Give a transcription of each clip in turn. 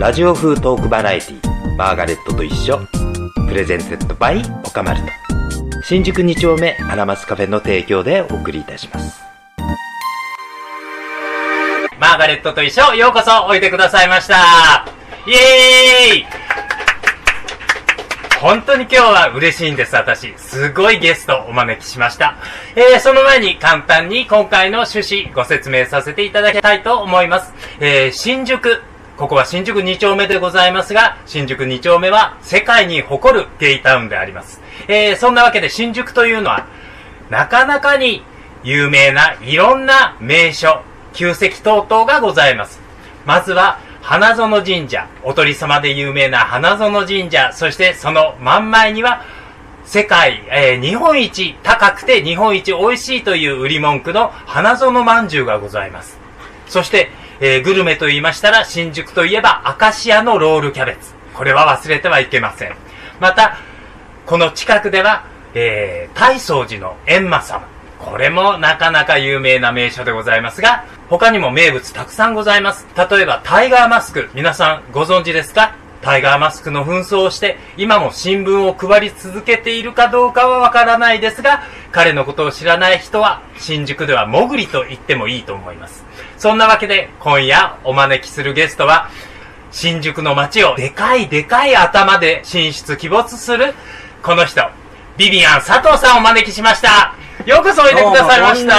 ラジオ風トークバラエティマーガレットと一緒、プレゼンテッドバイオカマルト、新宿2丁目アラマスカフェの提供でお送りいたします。 マーガレットと一緒、ようこそおいでくださいました。イエーイ。本当に今日は嬉しいんです。私すごいゲストをお招きしました。その前に簡単に今回の趣旨ご説明させていただきたいと思います。新宿、ここは新宿2丁目でございますが、新宿2丁目は世界に誇るゲイタウンであります。そんなわけで新宿というのはなかなかに有名ないろんな名所、旧跡等々がございます。まずは花園神社、おとり様で有名な花園神社、そしてその真ん前には世界、日本一高くて日本一美味しいという売り文句の花園まんじゅうがございます。そして、グルメと言いましたら新宿といえばアカシアのロールキャベツ、これは忘れてはいけません。またこの近くでは、大宗寺の閻魔様、これもなかなか有名な名所でございますが、他にも名物たくさんございます。例えばタイガーマスク、皆さんご存知ですか？タイガーマスクの紛争をして今も新聞を配り続けているかどうかはわからないですが、彼のことを知らない人は新宿ではモグリと言ってもいいと思います。そんなわけで今夜お招きするゲストは、新宿の街をでかいでかい頭で進出鬼没するこの人、ビビアン佐藤さんをお招きしました。ようこそおいでくださいました。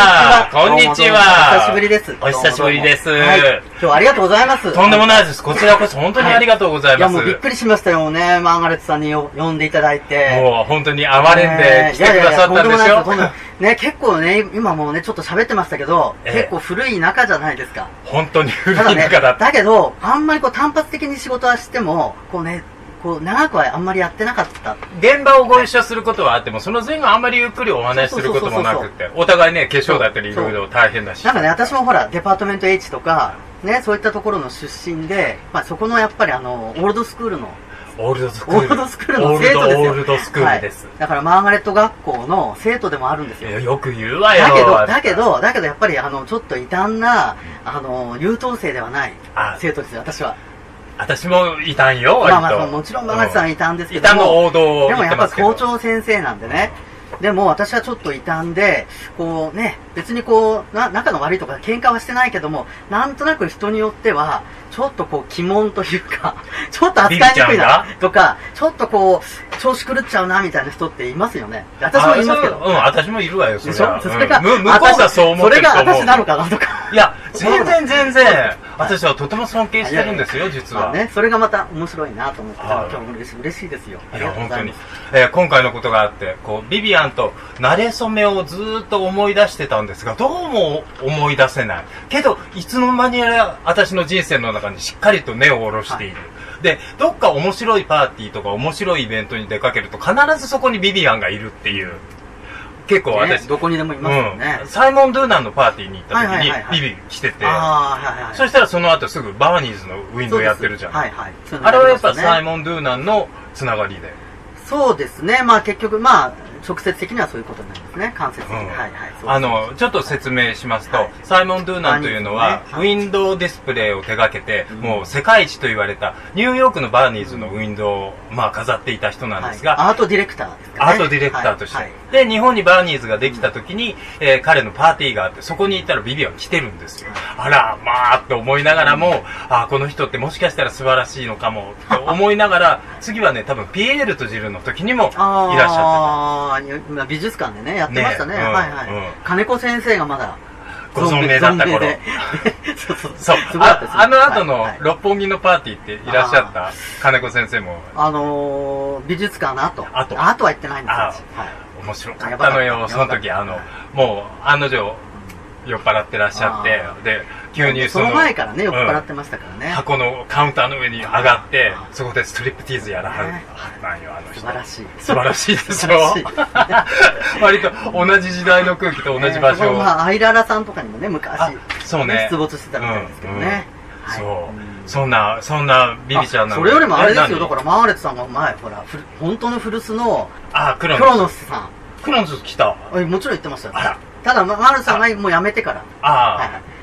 こんにちは。 お久しぶりです。 お久しぶりです。 はい、今日はありがとうございます。 とんでもないです。こちらこそ本当にありがとうございます。 いやもうびっくりしましたよね。マーガレットさんに呼んでいただいて。 もう本当に哀れんで来てくださったんですよ。 ね、結構ね、今もうね、ちょっと喋ってましたけど、結構古い仲じゃないですか。 本当に古い仲だった。 だけど、あんまりこう単発的に仕事はしても、こうね、こう長くはあんまりやってなかった。 現場をご一緒することはあっても、その前後あんまりゆっくりお話しすることもなくて、お互いね、化粧だったりいろいろ大変だし。 なんかね、私もほら、デパートメント H とか、ね、そういったところの出身で、まあそこのやっぱりオールドスクールの、 オールドスクールの生徒ですよ。 オールドスクールです。 だからマーガレット学校の生徒でもあるんですよ。 よく言うわよ。 だけどやっぱりちょっと異端な、優等生ではない生徒ですよ、私は。 私も異端よ、割と。 まあもちろんマーガレットさん異端ですけども。 異端の王道をでもやっぱ言ってますけど。 校長先生なんでね。でも私はちょっと異端で、こうね、別にこう、仲の悪いとか喧嘩はしてないけども、なんとなく人によっては、ちょっとこう、鬼門というか、ちょっと扱いにくいな、とか、ちょっとこう、調子狂っちゃうな、みたいな人っていますよね。私もいますけど。 私もいるわよ、それは。 それが、 向こうがそう思ってると思う。 それが私なのかなとか。 いや、全然、私はとても尊敬してるんですよ、実は。 ね、それがまた面白いなと思って、今日も嬉しいですよ。 いや、本当に。今回のことがあって、こう、ビビアンと馴れ初めをずーっと思い出してたんですが、どうも思い出せない。けど、いつの間にや私の人生の中にしっかりと根を下ろしている。で、どっか面白いパーティーとか面白いイベントに出かけると必ずそこにビビアンがいるっていう。結構私、 どこにでもいますよね。 サイモン・ドゥーナンのパーティーに行った時にビビ来てて、そしたらその後すぐバーニーズのウィンドウやってるじゃん。あれはやっぱサイモン・ドゥーナンのつながりで。 そうですね。まあ結局、直接的にはそういうことになりますね。間接的に。 ちょっと説明しますと、サイモン・ドゥーナンというのは、ウィンドウディスプレイを手掛けて、もう世界一と言われた、ニューヨークのバーニーズのウィンドウを、飾っていた人なんですが、 アートディレクターですかね。 アートディレクターとして。で、日本にバーニーズができた時に、彼のパーティーがあって、そこに行ったらビビアン来てるんですよ。あら、って思いながらも、この人ってもしかしたら素晴らしいのかも、と思いながら、次はね、多分ピエールとジルの時にもいらっしゃってた。 美術館でね、やってましたね。金子先生がまだご存命だった頃。そう。あの後の六本木のパーティーっていらっしゃった金子先生も。 美術館の後は行ってないんですよ。 面白かったのよ、その時。もう、案の定、酔っ払ってらっしゃって、で、急にその前からね、酔っ払ってましたからね。 箱のカウンターの上に上がって、そこでストリップティーズやらはるなんよ、あの人。 素晴らしい。 素晴らしいでしょ。割と同じ時代の空気と同じ場所を。 アイララさんとかにもね、昔、 そうね。 出没してたみたいですけどね。 そう。そんなビビちゃんなんで。 それよりもあれですよ、だからマーガレットさんが前、ほら、本当の古巣の、クロノスさん。 クロノス来た。 もちろん言ってましたよ。ただ、マーガレットさんがもう辞めてから。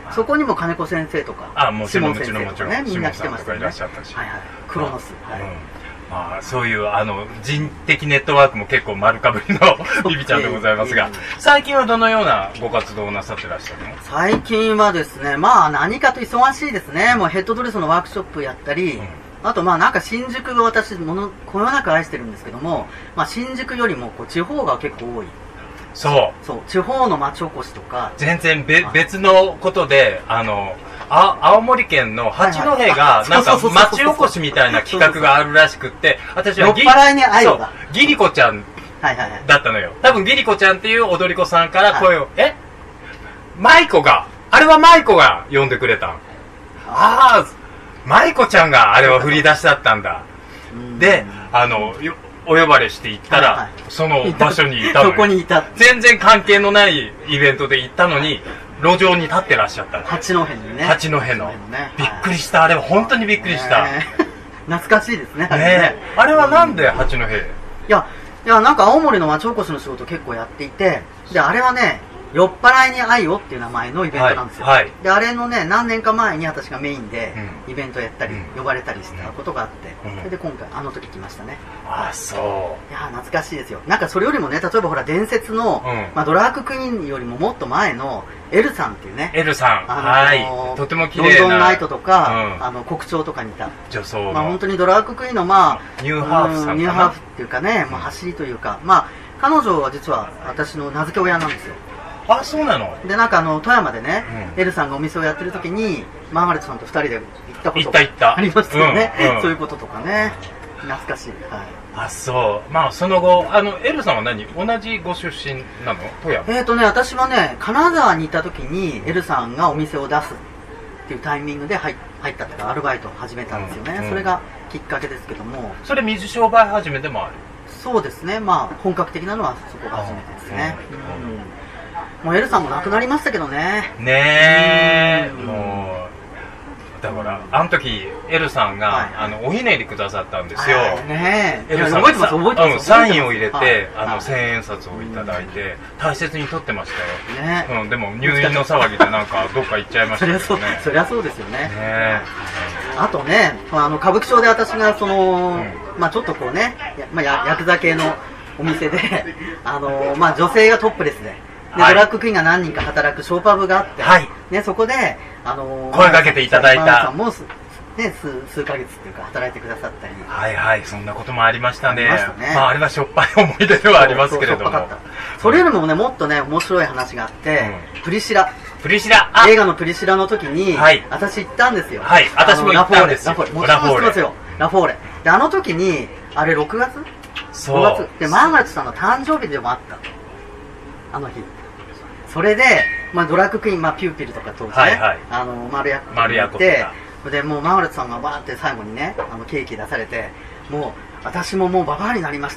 そこにも金子先生とか、 あ、もちろん、も下先ちろん、もちろん。 生とかね、みんな来てましたよね。 下さんとかいらっしゃったし。 はいはい。クロノス。はい。 まあ、そういう人的ネットワークも結構丸かぶりのビビちゃんでございますが、最近はどのようなご活動をなさってらっしゃるの？ 最近はですね、まあ何かと忙しいですね。もうヘッドドレスのワークショップやったり、あとまあなんか新宿が私こよなく愛してるんですけども、まあ新宿よりもこう地方が結構多い。 そう。 そう、地方の町おこしとか。 全然別のことで、青森県の八戸が、なんか町おこしみたいな企画があるらしくって、私は酔っ払いに愛をだ。 ギリコちゃんだったのよ。多分ギリコちゃんっていう踊り子さんから声を、マイコが、あれはマイコが呼んでくれたん。ああ、マイコちゃんがあれは振り出しだったんだ。で、お呼ばれして行ったら、その場所にいたのよ。 そこにいた。 全然関係のないイベントで行ったのに、路上に立ってらっしゃった。 八戸にね。 八戸の。びっくりした。あれは本当にびっくりした。 懐かしいですね。 あれはなんで八戸？ いや、なんか青森の町おこしの仕事結構やっていて、で、あれはね、酔っ払いに愛をっていう名前のイベントなんですよ。で、あれのね、何年か前に私がメインでイベントやったり、呼ばれたりしたことがあって、それで今回、あの時来ましたね。 あ、そう。 いや、懐かしいですよ。なんかそれよりもね、例えばほら、伝説の、まあドラァグクイーンよりももっと前の、エルさんっていうね。 エルさん。はい。とても綺麗な。 ロンドンナイトとか、国鳥とかにいた。 女装の。 まあ本当にドラァグクイーンの、まあ、 ニューハーフさん。 ニューハーフっていうかね、まあ走りというか、まあ、彼女は実は私の名付け親なんですよ。 あ、そうなの？ で、なんか富山でね、エルさんがお店をやってる時に、マーガレットさんと2人で行ったことがありましたよね。そういうこととかね。懐かしい。はい。 あ、そう。まあ、その後、エルさんは何？同じご出身なの？富山？ 私はね、金沢にいた時に、エルさんがお店を出すっていうタイミングで入ったというか、アルバイトを始めたんですよね。それがきっかけですけども。 それ水商売始めでもある？ そうですね。まあ、本格的なのはそこが初めてですね。もうエルさんも亡くなりましたけどね。 ねえ、もう、だから、あの時、エルさんが、おひねりくださったんですよ。 ねえ。エルさん覚えてます。 サインを入れて、1000円札をいただいて、大切に取ってましたよ。ね。でも、入院の騒ぎでなんか、どっか行っちゃいましたけどね。 そりゃそうですよね。 ね。 あとね、歌舞伎町で私が、まあちょっとこうね、まあヤクザ系のお店で、まあ女性がトップレスで、ドラッグクイーンが何人か働くショーパブがあって、ね、そこで、 声かけていただいた。 さんもね、数ヶ月っていうか働いてくださったり。 はいはい、そんなこともありましたね。まあ、あれはしょっぱい思い出ではありますけれども。 それよりもね、もっとね、面白い話があって、プリシラ。映画のプリシラの時に、私行ったんですよ。 はい、私も行ったんですよ。 もちろん知ってますよ。ラフォーレ。で、あの時に、あれ6月？ そう。 5月。で、マーガレットさんの誕生日でもあった。あの日。それで、まあ、ドラッグクイーン、まあ、ピューピルとか当時ね、丸役で、で、もうマーガレットさんがバーって最後にね、ケーキ出されて、もう、私ももうババアになりました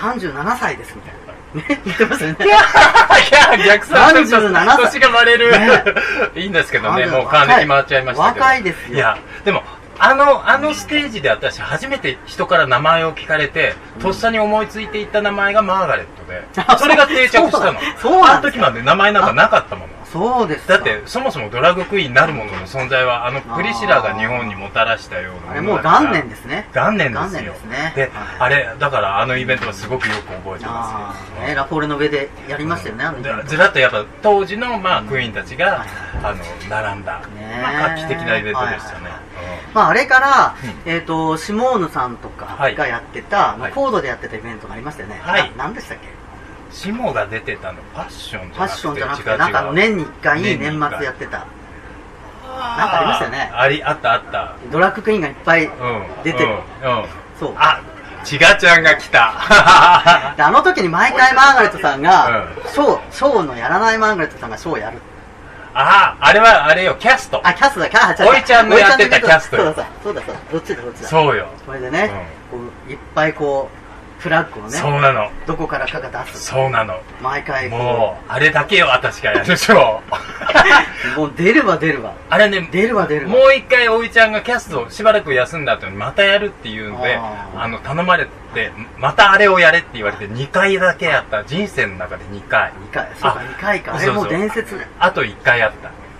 。37歳です、みたいな。ね、言ってましたよね。 いや、逆算すると 37歳。 年がバレる。いいんですけどね、もう還暦回っちゃいましたけど。 若いですよ。 いや、でも、あのステージで私初めて人から名前を聞かれて、とっさに思いついていった名前がマーガレットで、それが定着したの。あの時まで名前なんかなかったもの。 そうです。 だってそもそもドラッグクイーンなるものの存在はプリシラが日本にもたらしたようなものだから。もう元年ですね。 元年ですよ。で、あれだからイベントはすごくよく覚えてますよ。 ラフォーレの上でやりましたよね。 ずらっとやっぱ当時のクイーンたちが並んだ画期的なイベントでしたね。 まああれからシモーヌさんとかがやってたコードでやってたイベントがありましたよね。何でしたっけ？ シモが出てたのパッションじゃなくてなんか年に1回年末やってたなんかありましたよね。 あったドラッグクイーンがいっぱい出てる。 そう、あ、ちがちゃんが来た。 あの時に毎回マーガレットさんがショーのやらないマーガレットさんがショーをやる。 あれはあれよ、キャスト。 キャストだ、 おいちゃんのやってたキャスト。 そうだ、どっちだ。 そうよ。 それでね、いっぱいこうフラッグをね、 そうなの。 どこからかが出す。 そうなの。 毎回もうあれだけよ私がやるでしょ。 もう出るわ。 あれね、 出るわ。 もう一回おいちゃんがキャストをしばらく休んだ後にまたやるっていうので、頼まれてまたあれをやれって言われて2回だけやった。人生の中で2回。 そうか2回か。あれもう伝説。 あと1回やった。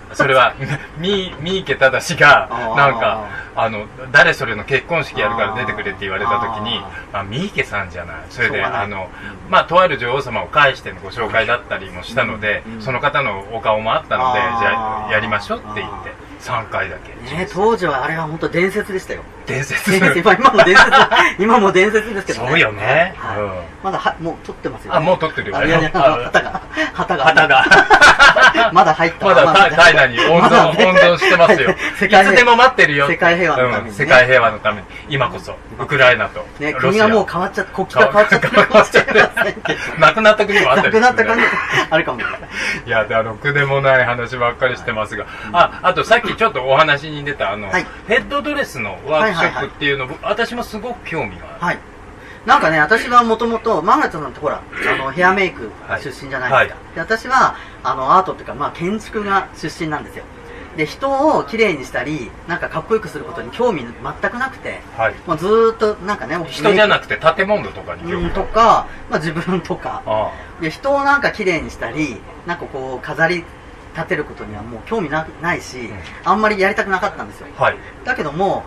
それは三池忠がなんか誰それの結婚式やるから出てくれって言われた時に三池さんじゃない。それでまあとある女王様を介してのご紹介だったりもしたので、その方のお顔もあったので、じゃあやりましょうって言って3回だけ。 当時はあれは本当伝説でしたよ。 伝説。 今も伝説ですけどね。 そうよね。 まだもう撮ってますよ。 もう撮ってるよ。 旗がまだ入った。 まだ体内に温存してますよ。いつでも待ってるよ。 世界平和のために。 世界平和のために。今こそウクライナとね、国がもう変わっちゃって、国旗が変わっちゃってるかもしれませんけど。 なくなった国もあったり。 なくなった感じあるかもしれない。 いや、ろくでもない話ばっかりしてますが、あとさっきちょっとお話に出たヘッドドレスのワークショップっていうの、私もすごく興味がある。 はい。なんかね、私はもともとマーガレットさんってほらヘアメイク出身じゃないですか。で、私はアートっていうか、まあ建築が出身なんですよ。で、人をきれいにしたりなんかかっこよくすることに興味全くなくて、もうずーっとなんかね、 人じゃなくて建物とかに興味とか、まあ自分とかで、人をなんかきれいにしたりなんかこう飾り立てることにはもう興味ないし、あんまりやりたくなかったんですよ。だけども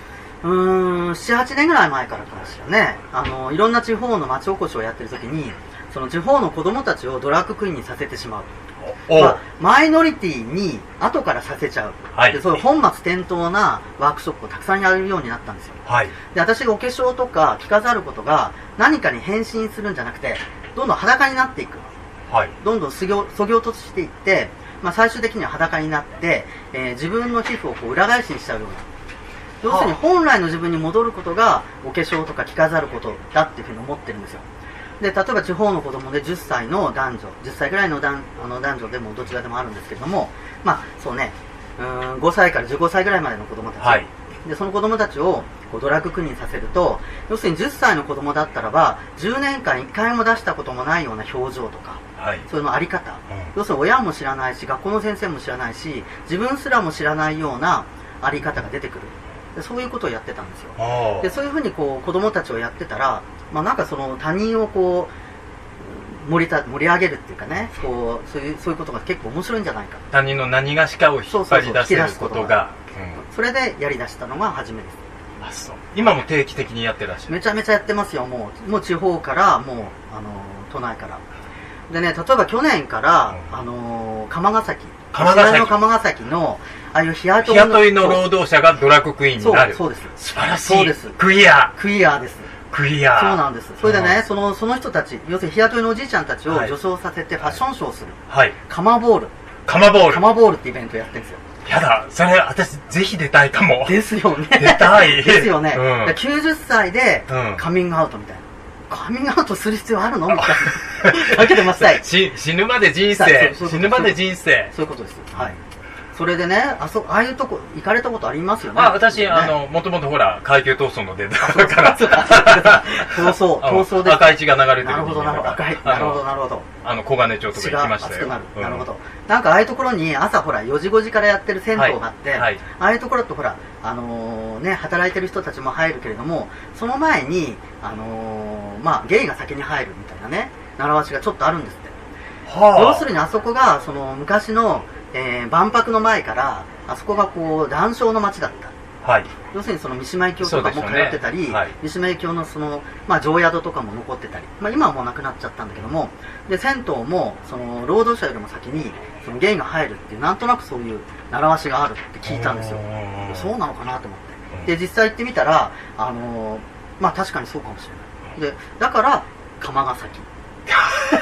7、8年ぐらい前からかもしれないね、いろんな地方の町おこしをやってる時に、その地方の子供たちをドラッグクイーンにさせてしまう、マイノリティに後からさせちゃう、でそういう本末転倒なワークショップをたくさんやるようになったんですよ。で、私がお化粧とか着飾ることが何かに変身するんじゃなくて、どんどん裸になっていく、どんどんそぎ落としていって、まあ、最終的には裸になって、自分の皮膚をこう裏返しにしちゃうような、要するに本来の自分に戻ることがお化粧とか着飾ることだっていうふうに思ってるんですよ。で、例えば地方の子供で10歳の男女、10歳ぐらいの男女でもどちらでもあるんですけれども、まあそうね、5歳から15歳ぐらいまでの子供たち、でその子供たちをこうドラッグクイーンにさせると、要するに10歳の子供だったらば10年間1回も出したこともないような表情とか、そういうのあり方、要するに親も知らないし学校の先生も知らないし自分すらも知らないようなあり方が出てくる。で、そういうことをやってたんですよ。で、そういうふうにこう子供たちをやってたら、まあ、なんかその他人をこう盛り上げるっていうかね、こうそういうことが結構面白いんじゃないか。 他人の何がしかを引っ張り出せることが、 それでやりだしたのが初めです。 今も定期的にやってらっしゃる？ めちゃめちゃやってますよ。もう地方からもう都内からでね、例えば去年から、釜ヶ崎のああいう日雇いの労働者がドラッグクイーンになる。 そうです。 素晴らしい。 そうです。 クイアです。 クイア。 そうなんです。それでね、その人たち、要するに日雇いのおじいちゃんたちを女装させてファッションショーをする。カマボールってイベントをやってるんですよ。 やだ、それ私ぜひ出たいかも。 ですよね。 出たい。 ですよね。90歳でカミングアウトみたいな。カミングアウトする必要あるのみたいな。だけでましたい。 死ぬまで人生。死ぬまで人生。 そういうことです。はい。それでね、ああいうとこ行かれたことありますよね。 私もともとほら階級闘争のデータだから闘争で赤い血が流れてる。 なるほどなるほど。 小金町とか行きましたよ。 なるほど。なんかああいうところに朝ほら4時5時からやってる銭湯があって、ああいうところってほらね、働いてる人たちも入るけれども、その前にまあゲイが先に入るみたいなね、習わしがちょっとあるんですって。要するにあそこがその昔の万博の前からあそこがこう談笑の街だった。要するにその三島由紀夫とかも通ってたり、三島由紀夫のそのまあ常宿とかも残ってたり、まあ今はもうなくなっちゃったんだけども、で銭湯もその労働者よりも先にそのゲイが入るっていうなんとなくそういう習わしがあるって聞いたんですよ。そうなのかなと思って。で実際行ってみたらまあ確かにそうかもしれない。でだから釜ヶ崎。 それ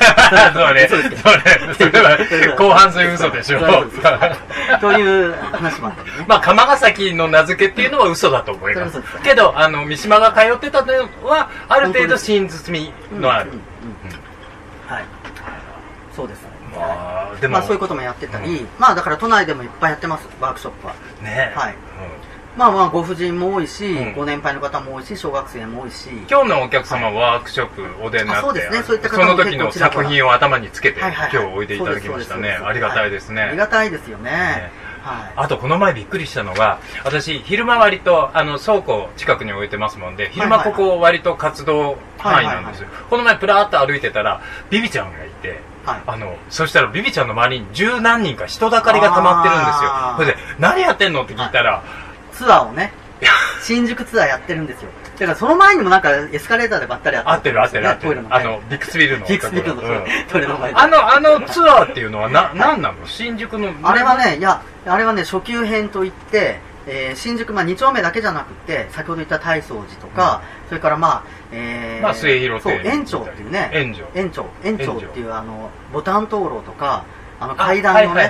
は後半そういう嘘でしょ。 という話もあったりね。 まあ釜ヶ崎の名付けっていうのは嘘だと思います。けど三島が通ってたのはある程度真実味のある。 はい。そうです。 でもまあそういうこともやってたり、まあだから都内でもいっぱいやってます、ワークショップは。 ね。 はい。まあご婦人も多いし、ご年配の方も多いし、小学生も多いし。 今日のお客様はワークショップお出になって、 そうですね、そういった方もその時の作品を頭につけて今日おいでいただきましたね。ありがたいですね。 ありがたいですよね。 あとこの前びっくりしたのが、私昼間割と倉庫近くに置いてますもんで、昼間ここ割と活動範囲なんですよ。この前プラーっと歩いてたらビビちゃんがいて、そしたらビビちゃんの周りに十何人か人だかりが溜まってるんですよ。それで何やってんのって聞いたら、 ツアーをね、新宿ツアーやってるんですよ。だからその前にもなんかエスカレーターでばったり合ってる。ビックスビルの。 ビックスビルのトイレの前で。 あのツアーっていうのは何なの？新宿の。 あれはね、初級編といって、新宿、2丁目だけじゃなくて、先ほど言った大宗寺とか、それから末広亭。 園長っていうね、園長っていうボタン灯籠とか、階段のね、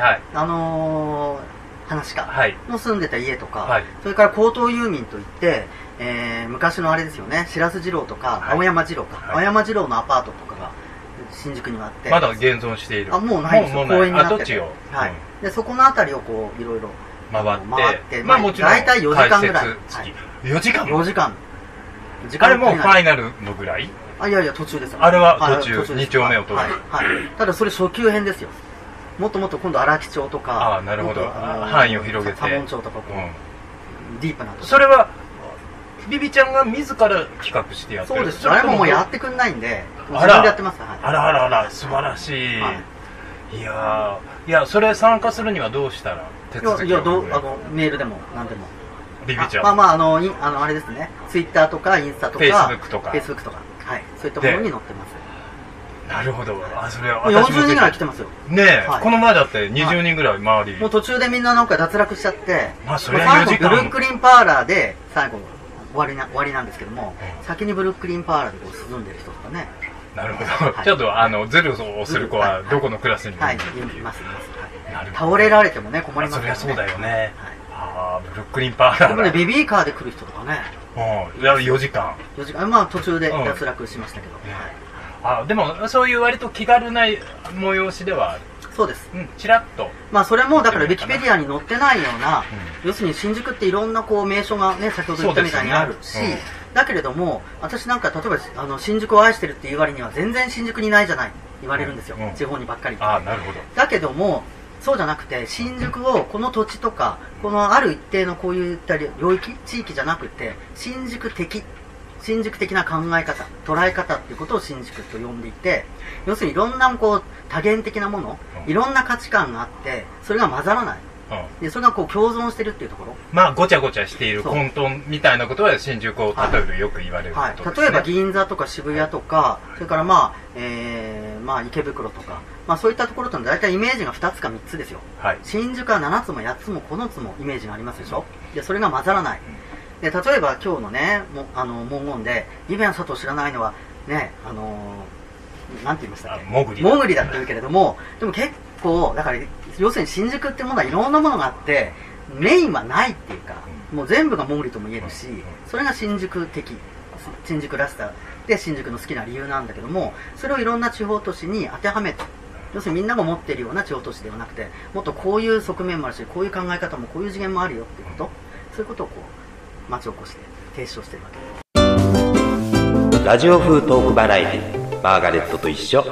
話かの住んでた家とか、それから高等遊民といって、昔のあれですよね、白洲二郎とか、青山二郎のアパートとかが新宿にはあって、 まだ現存している。 もうないですよ、公園になってて、 跡地を。 でそこの辺りをこういろいろ回って、 もちろん大体4時間ぐらい。 4時間。 4時間。 あれもうファイナルのぐらい？ いや途中です。 あれは途中2丁目を通る。 ただそれ初級編ですよ。もっともっと今度荒木町とか、 なるほど、範囲を広げて、 左門町とかディープなとこ。 それはビビちゃんが自ら企画してやってる？ そうです。あれももうやってくんないんで、自分でやってます。 あら素晴らしい。いやそれ参加するにはどうしたら手続きを？ メールでも何でも。 ビビちゃん。 あれですね。ツイッターとかインスタとか、 フェイスブックとか、 そういったものに載ってます。 なるほど。それは 40人ぐらい来てますよ。 ねえ、この前だって20人ぐらい周り。 もう途中でみんななんか脱落しちゃって、 それは4時間。 ブルックリンパーラーで最後終わりなんですけども、先にブルックリンパーラーで涼んでる人とかね。 なるほど。ちょっとズルをする子はどこのクラスにもいます。倒れられてもね困りますよね。そりゃそうだよね。ブルックリンパーラー。 でもね、ベビーカーで来る人とかね。 4時間。 途中で脱落しましたけど。 でもそういう割と気軽な催しではある。 そうです。 ちらっと。 それもだからウィキペディアに載ってないような、要するに新宿っていろんな名所がね、先ほど言ったみたいにあるし、だけれども、私なんか例えば新宿を愛してるっていう割には全然新宿にないじゃない言われるんですよ。地方にばっかり。 なるほど。 だけども、そうじゃなくて、新宿をこの土地とか、このある一定のこういった領域、地域じゃなくて、新宿的な考え方、捉え方っていうことを新宿と呼んでいて、要するにいろんな多元的なもの、いろんな価値観があって、それが混ざらない。でそれが共存してるっていうところ。 ごちゃごちゃしている混沌みたいなことは新宿を例えるよく言われることですね。 例えば銀座とか渋谷とか、それから池袋とか、そういったところとの大体イメージが2つか3つですよ。新宿は7つも8つも9つもイメージがありますでしょ。でそれが混ざらない。で例えば今日のね文言でビビアン佐藤知らないのはねなんて言いましたっけ、モグリだって言うけれども、でも結構だから要するに新宿ってものはいろんなものがあってメインはないっていうか、もう全部がモグリとも言えるし、それが新宿的、新宿らしさで新宿の好きな理由なんだけども、それをいろんな地方都市に当てはめて、要するにみんなが持っているような地方都市ではなくて、もっとこういう側面もあるし、こういう考え方もこういう次元もあるよっていうこと、そういうことを町おこしで提唱してるわけです。 ラジオ風トークバラエティマーガレットと一緒。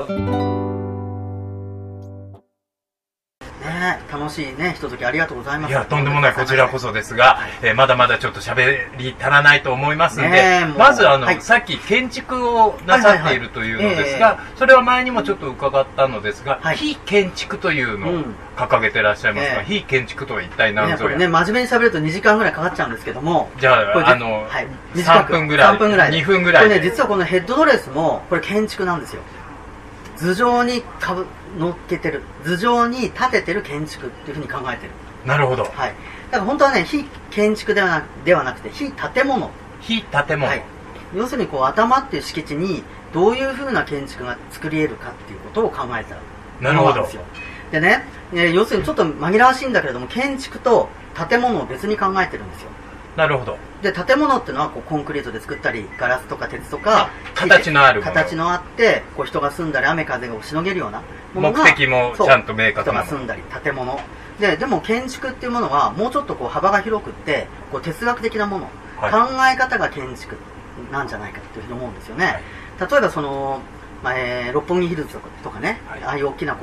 楽しいね、ひとときありがとうございます。 いや、とんでもない、こちらこそですが、まだまだちょっと喋り足らないと思いますので、まずさっき建築をなさっているというのですが、それは前にもちょっと伺ったのですが、非建築というのを掲げてらっしゃいますが、非建築とは一体何ぞや。 真面目に喋ると2時間ぐらいかかっちゃうんですけども、 じゃあ3分ぐらい、2分ぐらい。 これね、実はこのヘッドドレスもこれ建築なんですよ。頭上に乗っけてる、頭上に立ててる建築っていうふうに考えてる。 なるほど。 だから本当はね、非建築ではなくて非建物。 非建物。 要するに頭っていう敷地にどういうふうな建築が作り得るかっていうことを考えたものなんですよ。でね、要するにちょっと紛らわしいんだけれども、建築と建物を別に考えてるんですよ。 なるほど。 で建物っていうのはコンクリートで作ったり、ガラスとか鉄とか形のあるもの、 形のあって人が住んだり雨風をしのげるようなものが、 目的もちゃんと明確な人が住んだり建物でも建築っていうものはもうちょっと幅が広くって哲学的なもの、考え方が建築なんじゃないかっていうふうに思うんですよね。例えば六本木ヒルズとかね、ああいう大きな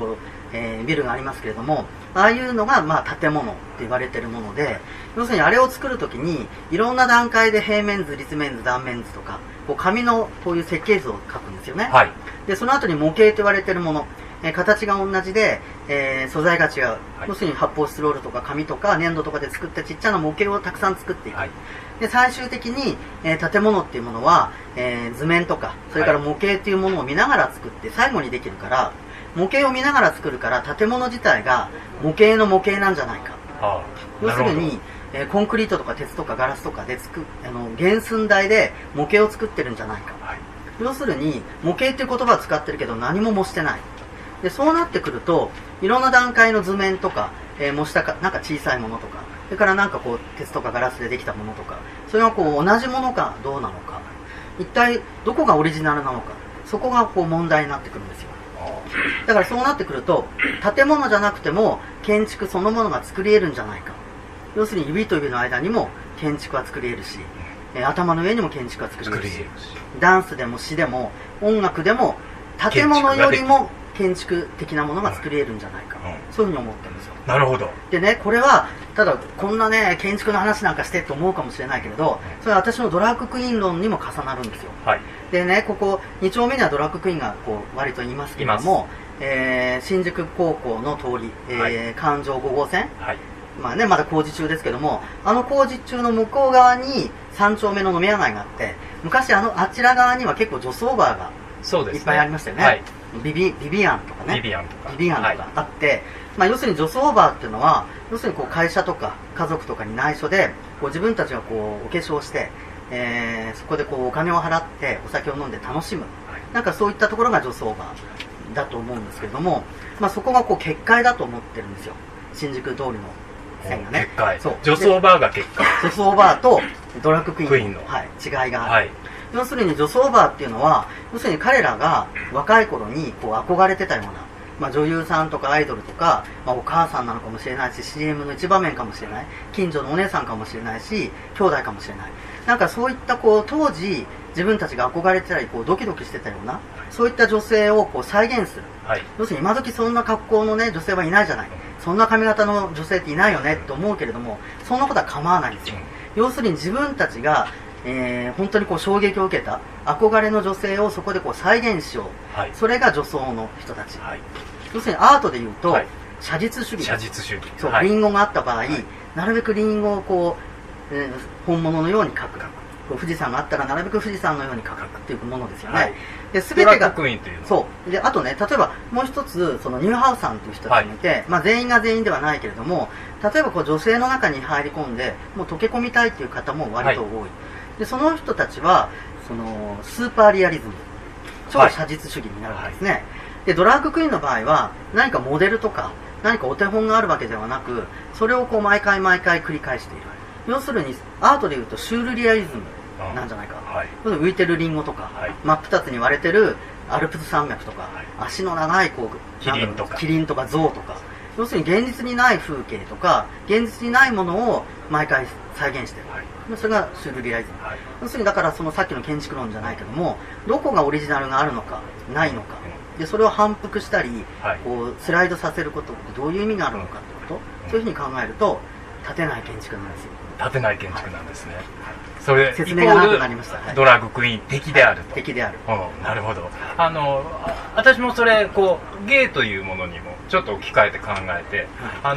ビルがありますけれども、ああいうのが、まあ、建物って言われてるもので、要するにあれを作るときにいろんな段階で平面図、立面図、断面図とかこう紙のこういう設計図を書くんですよね。 はい。 でその後に模型と言われてるもの、形が同じで、素材が違う、 はい、 要するに発泡スチロールとか紙とか粘土とかで作ったちっちゃな模型をたくさん作っていく、 はい、 で最終的に、建物っていうものは、図面とかそれから模型っていうものを見ながら作って最後にできるから、模型を見ながら作るから建物自体が模型の模型なんじゃないか。要するに、コンクリートとか鉄とかガラスとかで原寸大で模型を作ってるんじゃないか、はい、要するに模型っていう言葉を使ってるけど何も模してない。でそうなってくるといろんな段階の図面とか、模したかなんか小さいものとか、それからなんかこう鉄とかガラスでできたものとか、それがこう同じものかどうなのか、一体どこがオリジナルなのか、そこがこう問題になってくるんですよ。だからそうなってくると建物じゃなくても建築そのものが作り得るんじゃないか。要するに指と指の間にも建築は作り得るし、頭の上にも建築は作り得るし、ダンスでも詩でも音楽でも建物よりも建築的なものが作り得るんじゃないか、そういうふうに思ってるんですよ。 なるほど。 でね、これはただこんなね建築の話なんかしてって思うかもしれないけれど、それは私のドラッグクイーン論にも重なるんですよ。はい、でね、ここ2丁目にはドラッグクイーンがこう割と言いますけれども、新宿高校の通り、環状5号線、はい、まあね、まだ工事中ですけども、あの工事中の向こう側に3丁目の飲み屋街があって、昔あちら側には結構女装バーがいっぱいありましたよね。はい、ビビアンとかね、ビビアンとかあって、まあ、要するに女装バーっていうのは要するにこう会社とか家族とかに内緒でこう自分たちがこうお化粧して、そこでこうお金を払ってお酒を飲んで楽しむ、なんかそういったところが女装バーだと思うんですけれども、まあ、そこがこう結界だと思ってるんですよ、新宿通りの線がね。 結界。そう、女装バーが結界。 女装バーとドラッグクイーンの、はい、違いがある。はい、要するに女装バーっていうのは要するに彼らが若い頃にこう憧れてたような、まあ、女優さんとかアイドルとか、まあ、お母さんなのかもしれないし CM の一場面かもしれない、近所のお姉さんかもしれないし兄弟かもしれない、なんかそういったこう当時自分たちが憧れてたりこうドキドキしてたようなそういった女性をこう再現する、はい、要するに今時そんな格好の、ね、女性はいないじゃない、そんな髪型の女性っていないよねって思うけれども、そんなことは構わないんですよ。要するに自分たちが本当にこう衝撃を受けた憧れの女性をそこでこう再現しよう、はい、それが女装の人たち、はい、要するにアートでいうと、はい、写実主義、写実主義、そう、はい、リンゴがあった場合、はい、なるべくリンゴをこう、本物のように描く、富士山があったらなるべく富士山のように描くっていうものですよね、はい、で全てがそうで、あとね、例えばもう一つそのニューハウさんという人たちがいて、はい、まあ、全員が全員ではないけれども、例えばこう女性の中に入り込んでもう溶け込みたいっていう方も割と多い、はい、でその人たちはそのスーパーリアリズム、超写実主義になるんですね、はい、でドラッグクイーンの場合は何かモデルとか何かお手本があるわけではなく、それをこう毎回毎回繰り返している、要するにアートでいうとシュールリアリズムなんじゃないか、はい、浮いてるリンゴとか、はい、真っ二つに割れてるアルプス山脈とか、はい、足の長いこうキリンとか象とか、要するに現実にない風景とか現実にないものを毎回再現している、はい、それがシュールリアリズム、はい、要するにだからそのさっきの建築論じゃないけども、どこがオリジナルがあるのかないのか、でそれを反復したり、はい、こうスライドさせることってどういう意味があるのかってこと、そういうふうに考えると建てない建築なんですよ。 建てない建築なんですね、はい、それ説明がなくなりました、 はい、ドラッグクイーン的であると、 敵である、 なるほど。私もそれこうゲイというものにもちょっと置き換えて考えて、はい、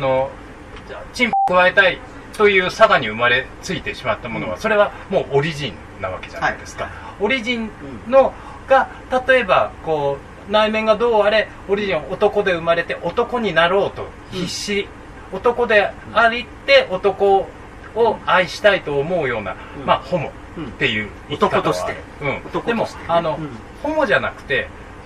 チンポ加えたいという佐賀に生まれついてしまったものは、それはもうオリジンなわけじゃないですか、はい、オリジンのが例えばこう内面がどうあれオリジンは男で生まれて男になろうと必死、男でありって男を愛したいと思うような、まあホモっていう生き方は男として、 でもホモじゃなくて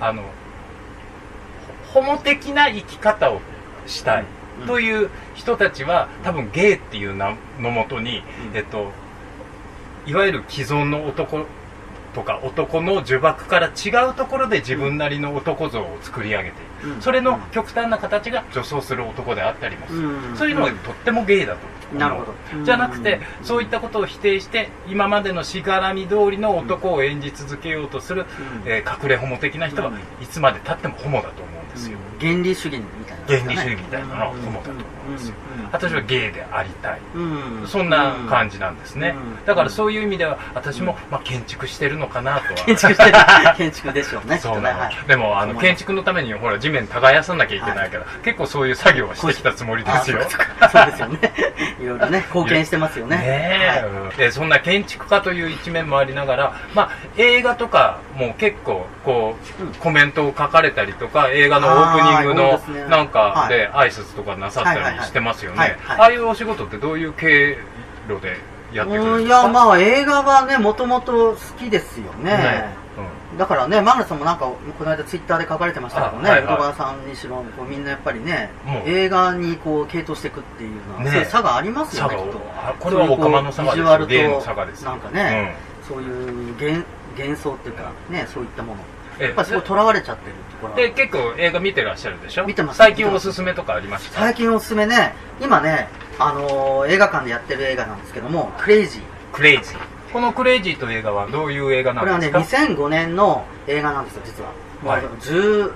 ホモ的な生き方をしたいという人たちは多分ゲイっていう名のもとに、いわゆる既存の男とか男の呪縛から違うところで自分なりの男像を作り上げている、それの極端な形が女装する男であったりもする、そういうのがとってもゲイだと思う。 なるほど。 じゃなくてそういったことを否定して今までのしがらみ通りの男を演じ続けようとする、隠れホモ的な人はいつまでたってもホモだと思うんです。 ですよ。 原理主義みたいな、 原理主義みたいなのを主だと思うんですよ。私はゲイでありたい、そんな感じなんですね。だからそういう意味では私も建築してるのかなとは。 建築してる建築でしょうね。 そうなの。でも建築のためにほら地面耕さなきゃいけないから、結構そういう作業をしてきたつもりですよ。 そうですよね。いろいろね貢献してますよね。 でそんな建築家という一面もありながら、映画とかも結構こうコメントを書かれたりとか、映画のオープニングのなんかで挨拶とかなさったりしてますよね。ああいうお仕事ってどういう経路でやってくるんですか？ いや映画はねもともと好きですよね。だからね、マグナさんもなんかこの間ツイッターで書かれてましたけどね、江戸川さんにしろみんなやっぱりね、映画にこう傾倒していくっていうのは、そういう差がありますよね、きっと。 これはオカマの差がですよ、芸の差がです。 なんかね、そういう幻想っていうかね、そういったもの。やっぱりすごい囚われちゃってるところで結構映画見てらっしゃるでしょ？ 見てます。 最近おすすめとかありました？ 最近おすすめね、今ね、映画館でやってる映画なんですけども、クレイジー。 クレイジー。このクレイジーという映画はどういう映画なんですか？ これはね、2005年の映画なんですよ、実は。もう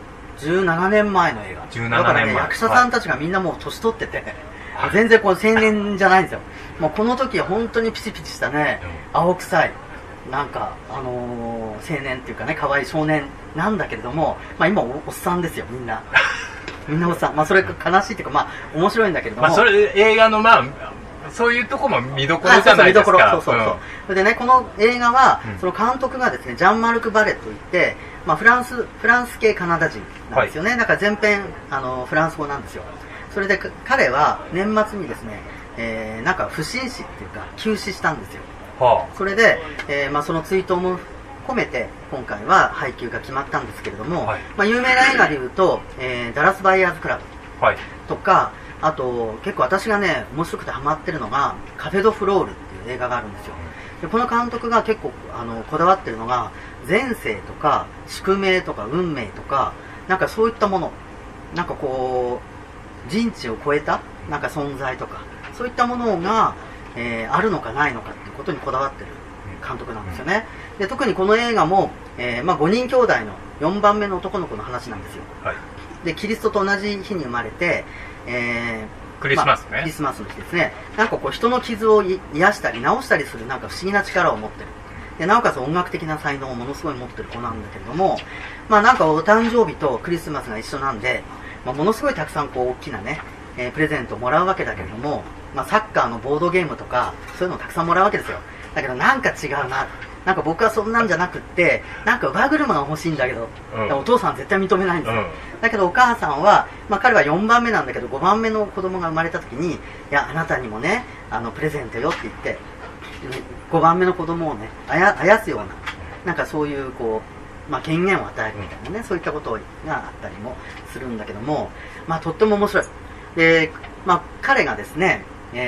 17年前の映画。 17年前。 だからね、役者さんたちがみんなもう年取ってて、全然こう青年じゃないんですよ。もうこの時は本当にピチピチしたね、青臭い、なんか、青年っていうかね、可愛い少年なんだけれども、今おっさんですよ、みんな。みんなおっさん。それ悲しいっていうか、面白いんだけれども。 それ映画のそういうとこも見どころじゃないですか。 それでね、この映画は、その監督がですね、ジャンマルク・バレットといって、フランス系カナダ人なんですよね。だから全編フランス語なんですよ。それで彼は年末にですね、なんか不審死っていうか急死したんですよ。それで、その追悼も込めて今回は配給が決まったんですけれども、有名な映画でいうと、ダラス・バイヤーズ・クラブとか、あと結構私がね面白くてハマってるのがカフェ・ド・フロールっていう映画があるんですよ。でこの監督が結構こだわってるのが前世とか宿命とか運命とか、なんかそういったもの、なんかこう人知を超えたなんか存在とかそういったものが、あるのかないのかっていうことにこだわってる監督なんですよね。で特にこの映画も、5人兄弟の4番目の男の子の話なんですよ。でキリストと同じ日に生まれて、 クリスマスね、 クリスマスの日ですね。なんかこう人の傷を癒したり治したりするなんか不思議な力を持ってる。でなおかつ音楽的な才能をものすごい持ってる子なんだけれども、なんかお誕生日とクリスマスが一緒なんで、ものすごいたくさんこう大きなね、プレゼントをもらうわけだけれども、サッカーのボードゲームとかそういうのをたくさんもらうわけですよ。だけどなんか違うな、なんか僕はそんなんじゃなくって、なんか乳車が欲しいんだけど、お父さんは絶対認めないんですよ。だけどお母さんは、彼は4番目なんだけど5番目の子供が生まれた時に、いやあなたにもねプレゼントよって言って5番目の子供をねあやすような、なんかそういうこう、権限を与えるみたいなね、そういったことがあったりもするんだけども、とっても面白い。で、彼がですね、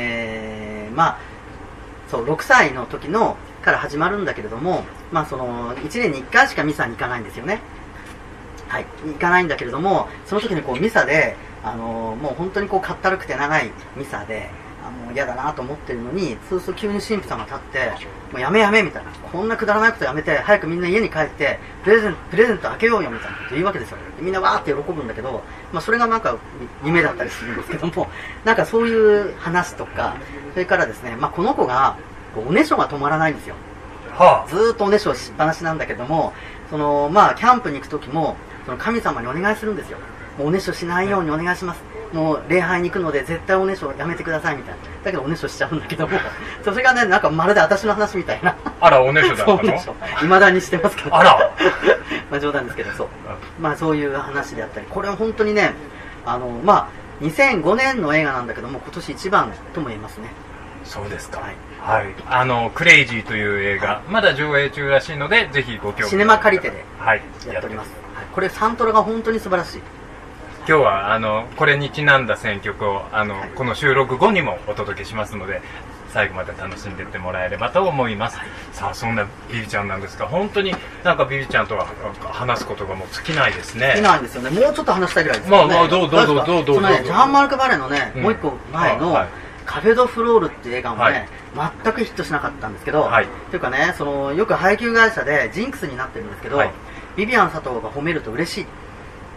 そう6歳の時のから始まるんだけれども、その1年に1回しかミサに行かないんですよね。はい、行かないんだけれども、その時にこうミサでもう本当にこうかったるくて長いミサでもう嫌だなと思ってるのに、そうすると急に神父さんが立って「もうやめやめ」みたいな、こんなくだらないことやめて早くみんな家に帰ってプレゼント開けようよみたいなこと言うわけですよ。みんなわーって喜ぶんだけど、それがなんか夢だったりするんですけども、なんかそういう話とか、それからですね、この子がおねしょが止まらないんですよ。ずーっとおねしょしっぱなしなんだけども、キャンプに行く時もその神様にお願いするんですよ。もうおねしょしないようにお願いします、もう礼拝に行くので絶対おねしょやめてくださいみたいな。だけどおねしょしちゃうんだけども、それがねなんかまるで私の話みたいな。 あらおねしょだったの？ いまだにしてますけど。 あら冗談ですけど、そういう話であったり、これは本当にね2005年の映画なんだけども今年一番とも言えますね。 そうですか。クレイジーという映画、まだ上映中らしいので、ぜひご興味。 シネマカリテでやっております。これサントラが本当に素晴らしい。 今日はこれにちなんだ選曲をこの収録後にもお届けしますので、最後まで楽しんでいってもらえればと思います。さあそんなビビちゃんなんですが、本当になんかビビちゃんとは話すことがもう尽きないですね。 尽きないんですよね。もうちょっと話したいぐらいですよね。 どうぞ。そのねジャンマルク・バレのね、もう一個前のカフェ・ド・フロールっていう映画もね、全くヒットしなかったんですけど、というかね、よく配給会社でジンクスになってるんですけど、ビビアン佐藤が褒めると嬉しい。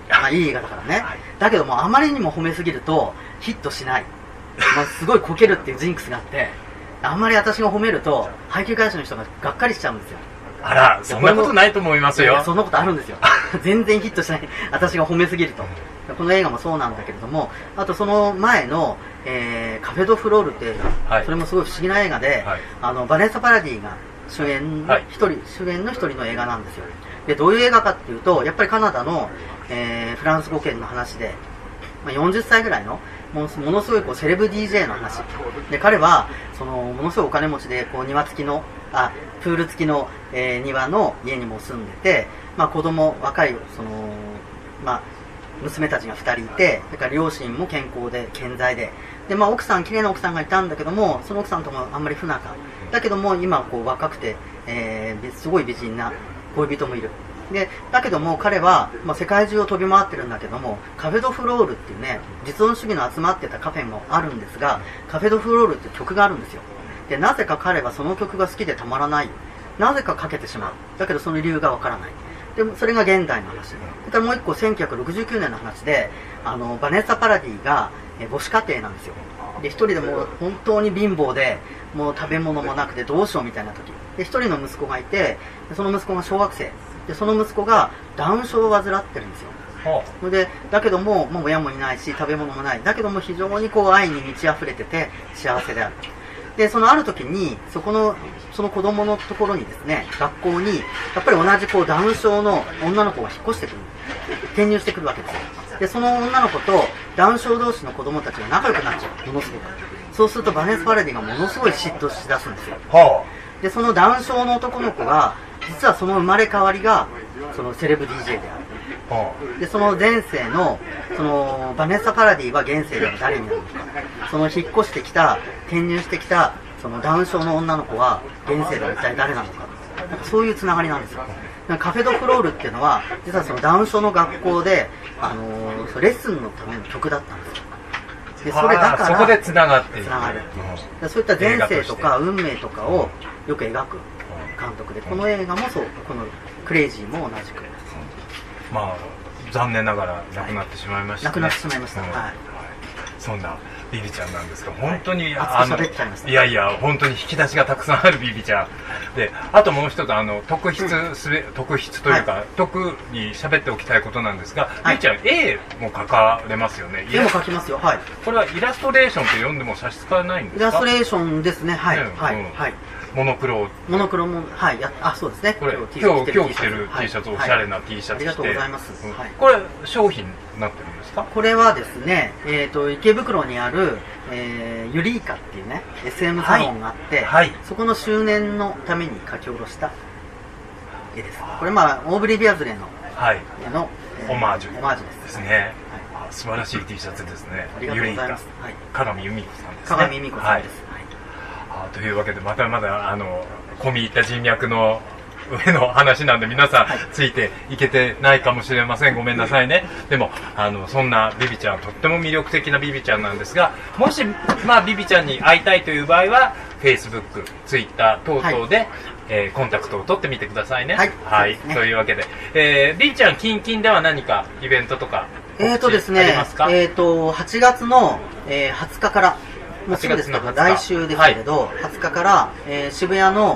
まあいい映画だからね、 はい、 だけどもあまりにも褒めすぎるとヒットしない、まあ、すごいこけるっていうジンクスがあって、あんまり私が褒めると配給会社の人ががっかりしちゃうんですよ。 あら、そんなことないと思いますよ。 そんなことあるんですよ。全然ヒットしない私が褒めすぎると。この映画もそうなんだけれども、あとその前の、カフェ・ド・フロールっていう映画、はい、それもすごい不思議な映画で、はい、バネッサ・パラディが主演の一人の映画なんですよ。でどういう映画かっていうと、やっぱりカナダの、フランス語圏の話で、まあ、40歳ぐらいのものすごいこうセレブ DJ の話で、彼はそのものすごいお金持ちでこう庭付きのプール付きの、庭の家にも住んでて、まあ、若いその、まあ、娘たちが2人いて、それから両親も健康で健在で、まあ、綺麗な奥さんがいたんだけども、その奥さんともあんまり不仲だけども、今こう若くて、すごい美人な恋人もいる。でだけども彼は、まあ、世界中を飛び回ってるんだけども、カフェ・ド・フロールっていうね、実存主義の集まってたカフェもあるんですが、カフェ・ド・フロールっていう曲があるんですよ。でなぜか彼はその曲が好きでたまらない、なぜかかけてしまう、だけどその理由がわからない。でもそれが現代の話。それからもう一個1969年の話で、バネッサ・パラディが母子家庭なんですよ。で一人でもう本当に貧乏で、もう食べ物もなくてどうしようみたいな時で、一人の息子がいて、その息子が小学生で、その息子がダウン症を患ってるんですよ。でだけども、もう親もいないし食べ物もない、だけども非常にこう愛に満ち溢れてて幸せである。でそのある時にその子供のところにですね、学校にやっぱり同じこうダウン症の女の子が引っ越してくる、転入してくるわけですよ。でその女の子とダウン症同士の子供たちが仲良くなっちゃう、ものすごく。そうするとバネス・パラディがものすごい嫉妬しだすんですよ。でそのダウン症の男の子が実はその生まれ変わりがそのセレブ DJ である。でその前世のそのバネッサ・パラディは現世では誰になるのか、その引っ越してきた転入してきたそのダウン症の女の子は現世では一体誰なのか、なんかそういうつながりなんですよ。カフェ・ド・フロールっていうのは実はそのダウン症の学校で、レッスンのための曲だったんですよ。でそれだからそこでつながっている、 そういった前世とか運命とかをよく描く監督で、この映画もそう、このクレイジーも同じく、 まあ残念ながら亡くなってしまいましたね。 亡くなってしまいました。はい。 そんなビビちゃんなんですが、本当にいやいや本当に引き出しがたくさんあるビビちゃんで、あともう一つ特筆というか、特に喋っておきたいことなんですが、ビビちゃん絵も描かれますよね。 絵も描きますよ。はい。 これはイラストレーションと呼んでも差し支えないんですか？ イラストレーションですね。はいはいはい。 モノクロも、はい、そうですね。 これ今日着てる T シャツ、おしゃれな T シャツ着て、 ありがとうございます。 これ商品になってるんですか？ これはですね、池袋にある、ユリーカっていうね SM サロンがあって、そこの周年のために描き下ろした絵です。これオーブリー・ビアズレーの絵のオマージュですね。素晴らしい T シャツですね。 ありがとうございます。 鏡由美子さんですね。 鏡由美子さんです。 というわけでまだまだ込み入った人脈の上の話なんで、皆さんついていけてないかもしれません。ごめんなさいね。でもそんなビビちゃん、とっても魅力的なビビちゃんなんですが、もしビビちゃんに会いたいという場合は Facebook、Twitter 等々で、コンタクトを取ってみてくださいね。はい、というわけで、ビビちゃん近々では何かイベントとかですね、ありますか？8月の、20日からもうすぐですけど、来週ですけれど、20日から、渋谷の、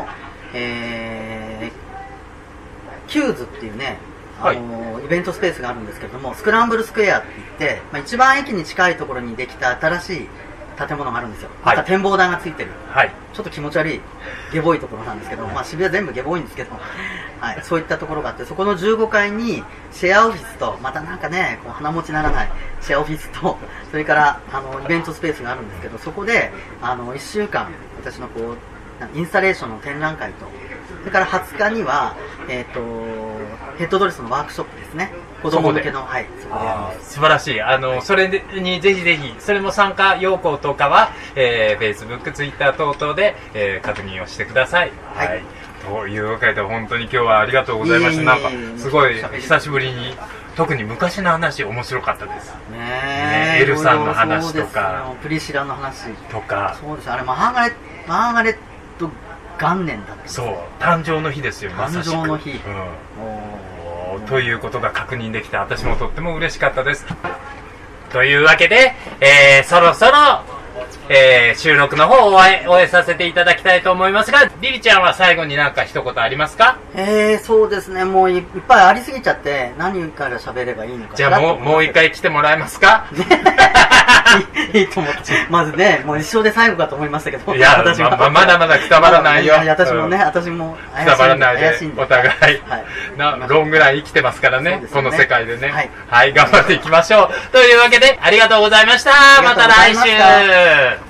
キューズっていうね、イベントスペースがあるんですけれども、スクランブルスクエアって言って、一番駅に近いところにできた新しい建物があるんですよ。また展望台がついてる、ちょっと気持ち悪いゲボいところなんですけど、渋谷全部ゲボいんですけど、そういったところがあって、そこの15階にシェアオフィスと、またなんかね、こう鼻持ちならないシェアオフィスと、それからイベントスペースがあるんですけど、そこで1週間私のこうインスタレーションの展覧会と、それから20日には、ヘッドドレスのワークショップですね。子供向けの、そこでやります。 素晴らしい。それにぜひぜひ、それも参加要項とかは、Facebook、Twitter 等々で、確認をしてください。というわけで、本当に今日はありがとうございました。なんか、すごい久しぶりに、特に昔の話面白かったです。エルさんの話とか、 プリシラの話とか、 そうです。あれマーガレット元年だった。 そう、誕生の日ですよ。 誕生の日。 ということが確認できて、私もとっても嬉しかったです。というわけで、そろそろ、収録の方を終えさせていただきたいと思いますが、リリちゃんは最後になんか一言ありますか？ そうですね、もういっぱいありすぎちゃって、何から喋ればいいのか。 じゃあもう一回来てもらえますか？ いいと思って。まずね、もう一生で最後かと思いましたけど。 いや、まだまだくたばらないよ。 いや、私もね、私もくたばらないで、お互い、 はい、 ロングラン生きてますからね、この世界でね。 はい、 頑張っていきましょう。というわけで、ありがとうございました。また来週。